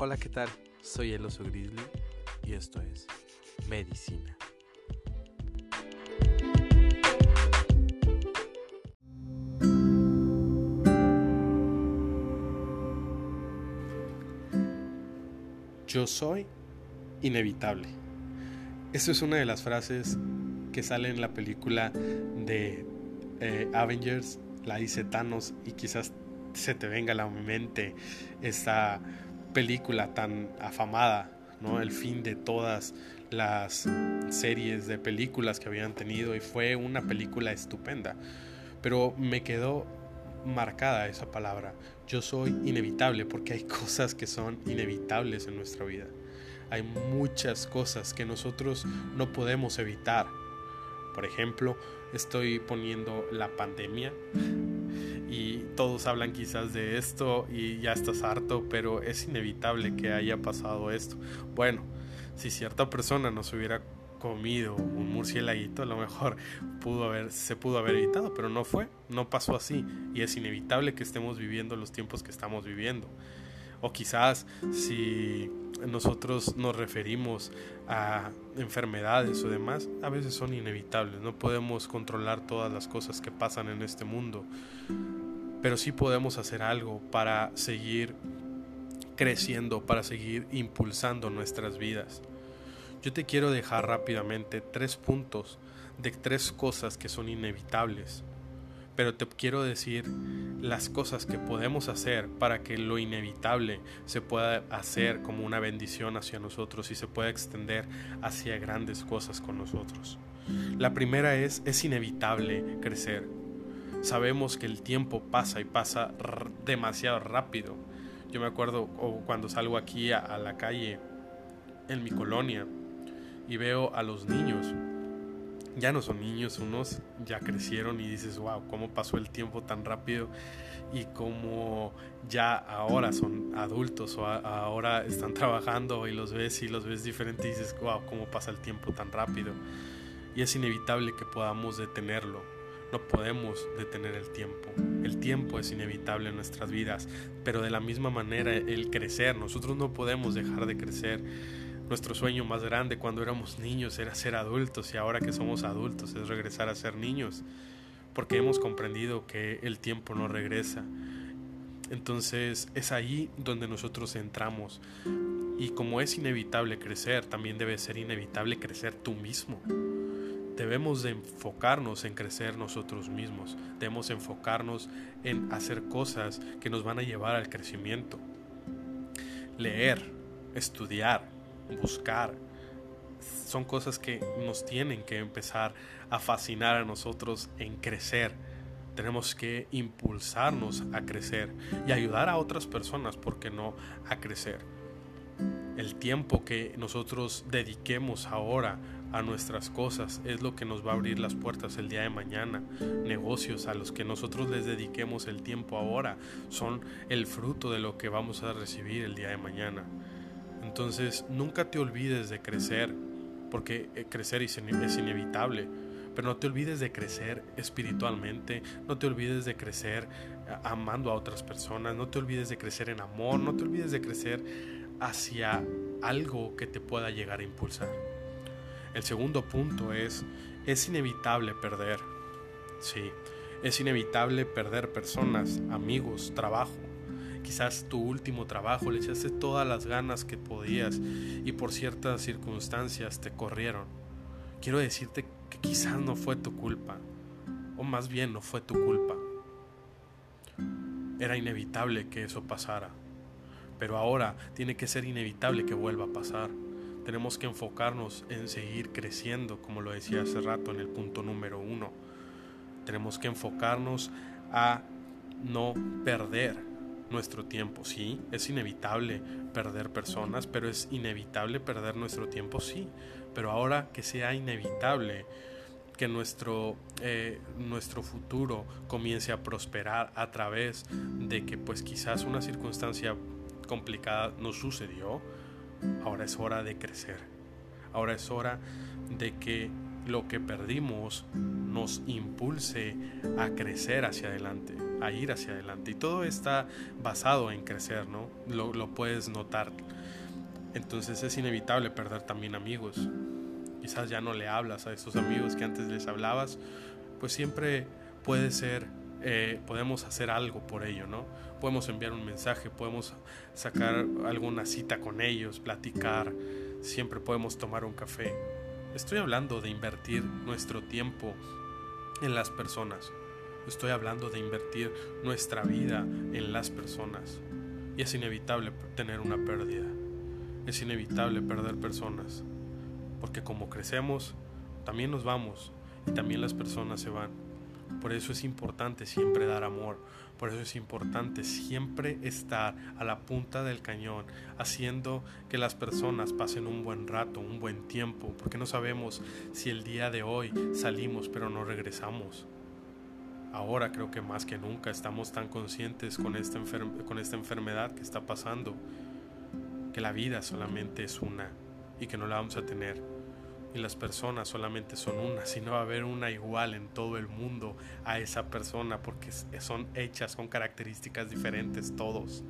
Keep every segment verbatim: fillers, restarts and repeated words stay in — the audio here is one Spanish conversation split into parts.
Hola, ¿qué tal? Soy el oso Grizzly y esto es Medicina. Yo soy inevitable. Esto es una de las frases que sale en la película de eh, Avengers, la dice Thanos, y quizás se te venga a la mente esta película tan afamada, ¿no? El fin de todas las series de películas que habían tenido, y fue una película estupenda, pero me quedó marcada esa palabra. Yo soy inevitable, porque hay cosas que son inevitables en nuestra vida. Hay muchas cosas que nosotros no podemos evitar. Por ejemplo, estoy poniendo la pandemia y todos hablan quizás de esto y ya estás harto, pero es inevitable que haya pasado esto. Bueno, si cierta persona nos hubiera comido un murciélaguito, a lo mejor pudo haber, se pudo haber evitado, pero no fue, no pasó así, y es inevitable que estemos viviendo los tiempos que estamos viviendo. O quizás si nosotros nos referimos a enfermedades o demás, a veces son inevitables. No podemos controlar todas las cosas que pasan en este mundo, pero sí podemos hacer algo para seguir creciendo, para seguir impulsando nuestras vidas. Yo te quiero dejar rápidamente tres puntos de tres cosas que son inevitables, pero te quiero decir las cosas que podemos hacer para que lo inevitable se pueda hacer como una bendición hacia nosotros y se pueda extender hacia grandes cosas con nosotros. La primera es, es inevitable crecer. Sabemos que el tiempo pasa y pasa r- demasiado rápido. Yo me acuerdo o cuando salgo aquí a, a la calle en mi colonia y veo a los niños. Ya no son niños, unos ya crecieron y dices, wow, cómo pasó el tiempo tan rápido, y cómo ya ahora son adultos o a, ahora están trabajando y los ves y los ves diferente y dices, wow, cómo pasa el tiempo tan rápido. Y es inevitable que podamos detenerlo. No podemos detener el tiempo. El tiempo es inevitable en nuestras vidas, pero de la misma manera el crecer, nosotros no podemos dejar de crecer. Nuestro sueño más grande cuando éramos niños era ser adultos, y ahora que somos adultos es regresar a ser niños, porque hemos comprendido que el tiempo no regresa. Entonces es ahí donde nosotros entramos, y como es inevitable crecer, también debe ser inevitable crecer tú mismo. Debemos de enfocarnos en crecer nosotros mismos, debemos enfocarnos en hacer cosas que nos van a llevar al crecimiento. Leer, estudiar, buscar, son cosas que nos tienen que empezar a fascinar a nosotros en crecer. Tenemos que impulsarnos a crecer y ayudar a otras personas, ¿por qué no?, a crecer. El tiempo que nosotros dediquemos ahora a nuestras cosas es lo que nos va a abrir las puertas el día de mañana. Negocios a los que nosotros les dediquemos el tiempo ahora son el fruto de lo que vamos a recibir el día de mañana. Entonces nunca te olvides de crecer, porque crecer es inevitable, pero no te olvides de crecer espiritualmente, no te olvides de crecer amando a otras personas, no te olvides de crecer en amor, no te olvides de crecer hacia algo que te pueda llegar a impulsar. El segundo punto es, es inevitable perder. Sí, es inevitable perder personas, amigos, trabajo. Quizás tu último trabajo le echaste todas las ganas que podías y por ciertas circunstancias te corrieron. Quiero decirte que quizás no fue tu culpa, o más bien no fue tu culpa. Era inevitable que eso pasara, pero ahora tiene que ser inevitable que vuelva a pasar. Tenemos que enfocarnos en seguir creciendo, como lo decía hace rato en el punto número uno. Tenemos que enfocarnos a no perder nuestro tiempo. Sí, es inevitable perder personas, pero es inevitable perder nuestro tiempo, sí. Pero ahora que sea inevitable que nuestro, eh, nuestro futuro comience a prosperar a través de que pues quizás una circunstancia complicada nos sucedió, ahora es hora de crecer. Ahora es hora de que lo que perdimos nos impulse a crecer hacia adelante, a ir hacia adelante. Y todo está basado en crecer, ¿no? Lo, lo puedes notar. Entonces es inevitable perder también amigos. Quizás ya no le hablas a esos amigos que antes les hablabas, pues siempre puede ser, eh, podemos hacer algo por ello, ¿no? Podemos enviar un mensaje, podemos sacar alguna cita con ellos, platicar, siempre podemos tomar un café. Estoy hablando de invertir nuestro tiempo en las personas. Estoy hablando de invertir nuestra vida en las personas. Y es inevitable tener una pérdida. Es inevitable perder personas. Porque como crecemos, también nos vamos y también las personas se van. Por eso es importante siempre dar amor. Por eso es importante siempre estar a la punta del cañón, haciendo que las personas pasen un buen rato, un buen tiempo, porque no sabemos si el día de hoy salimos pero no regresamos. Ahora creo que más que nunca estamos tan conscientes con esta, enfer- con esta enfermedad que está pasando, que la vida solamente es una y que no la vamos a tener. Y las personas solamente son una, si no va a haber una igual en todo el mundo a esa persona, porque son hechas con características diferentes todos.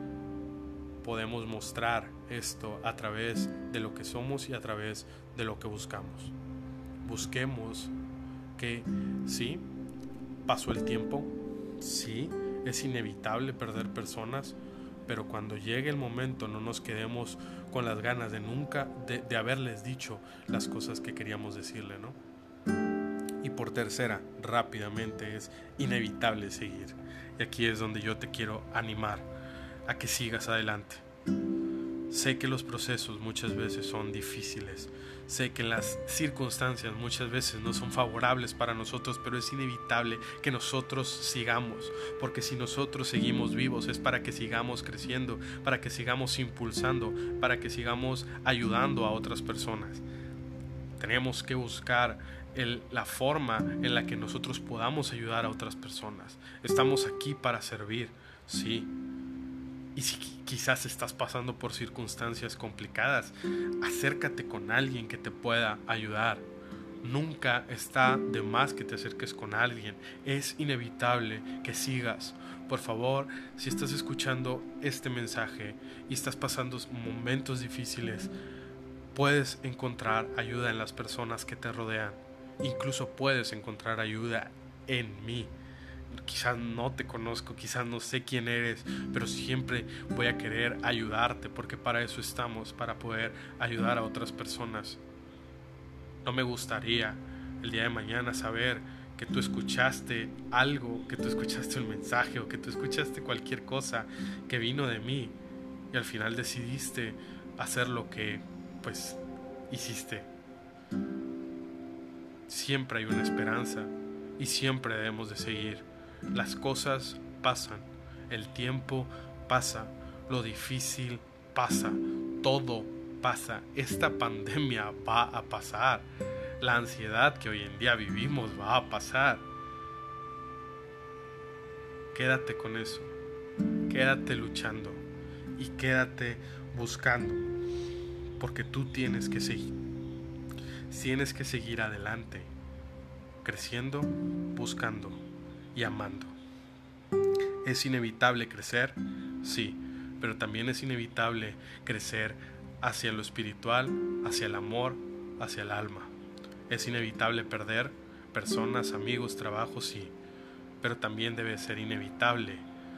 Podemos mostrar esto a través de lo que somos y a través de lo que buscamos. Busquemos que sí, pasó el tiempo, sí, es inevitable perder personas, pero cuando llegue el momento no nos quedemos con las ganas de nunca, de, de haberles dicho las cosas que queríamos decirle, ¿no? Y por tercera, rápidamente, es inevitable seguir. Y aquí es donde yo te quiero animar a que sigas adelante. Sé que los procesos muchas veces son difíciles, sé que las circunstancias muchas veces no son favorables para nosotros, pero es inevitable que nosotros sigamos, porque si nosotros seguimos vivos es para que sigamos creciendo, para que sigamos impulsando, para que sigamos ayudando a otras personas. Tenemos que buscar el, la forma en la que nosotros podamos ayudar a otras personas. Estamos aquí para servir, sí. Y si quizás estás pasando por circunstancias complicadas, acércate con alguien que te pueda ayudar. Nunca está de más que te acerques con alguien. Es inevitable que sigas. Por favor, si estás escuchando este mensaje y estás pasando momentos difíciles, puedes encontrar ayuda en las personas que te rodean. Incluso puedes encontrar ayuda en mí. Quizás no te conozco, quizás no sé quién eres, pero siempre voy a querer ayudarte, porque para eso estamos, para poder ayudar a otras personas. No me gustaría el día de mañana saber que tú escuchaste algo, que tú escuchaste un mensaje o que tú escuchaste cualquier cosa que vino de mí y al final decidiste hacer lo que pues hiciste. Siempre hay una esperanza y siempre debemos de seguir. Las cosas pasan, el tiempo pasa, lo difícil pasa, todo pasa. Esta pandemia va a pasar, la ansiedad que hoy en día vivimos va a pasar. Quédate con eso, quédate luchando y quédate buscando, porque tú tienes que seguir, tienes que seguir adelante, creciendo, buscando y amando. ¿Es inevitable crecer? Sí, pero también es inevitable crecer hacia lo espiritual, hacia el amor, hacia el alma. Es inevitable perder personas, amigos, trabajo, sí, pero también debe ser inevitable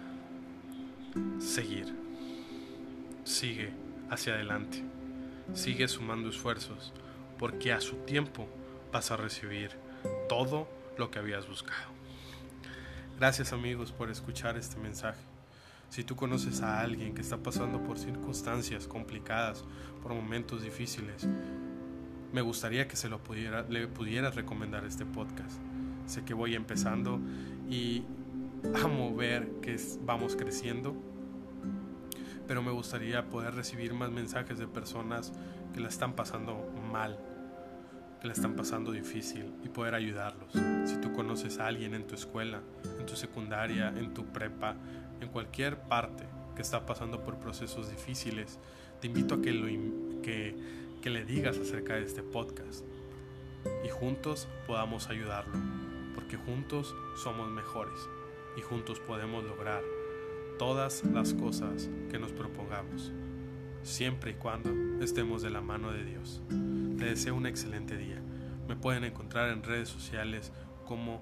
seguir. Sigue hacia adelante, sigue sumando esfuerzos, porque a su tiempo vas a recibir todo lo que habías buscado. Gracias amigos por escuchar este mensaje. Si tú conoces a alguien que está pasando por circunstancias complicadas, por momentos difíciles, me gustaría que se lo pudiera, le pudieras recomendar este podcast. Sé que voy empezando y amo ver que vamos creciendo, pero me gustaría poder recibir más mensajes de personas que la están pasando mal, que la están pasando difícil y poder ayudarlos. Si tú conoces a alguien en tu escuela, en tu secundaria, en tu prepa, en cualquier parte que está pasando por procesos difíciles, te invito a que, lo, que, que le digas acerca de este podcast y juntos podamos ayudarlo, porque juntos somos mejores. y juntos podemos lograr todas las cosas que nos propongamos, siempre y cuando estemos de la mano de Dios. Te deseo un excelente día. Me pueden encontrar en redes sociales como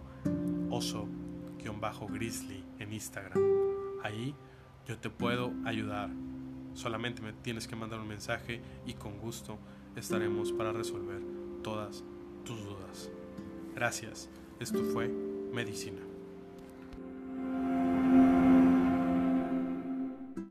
oso-grizzly en Instagram. Ahí yo te puedo ayudar. Solamente me tienes que mandar un mensaje y con gusto estaremos para resolver todas tus dudas. Gracias. Esto fue Medicina.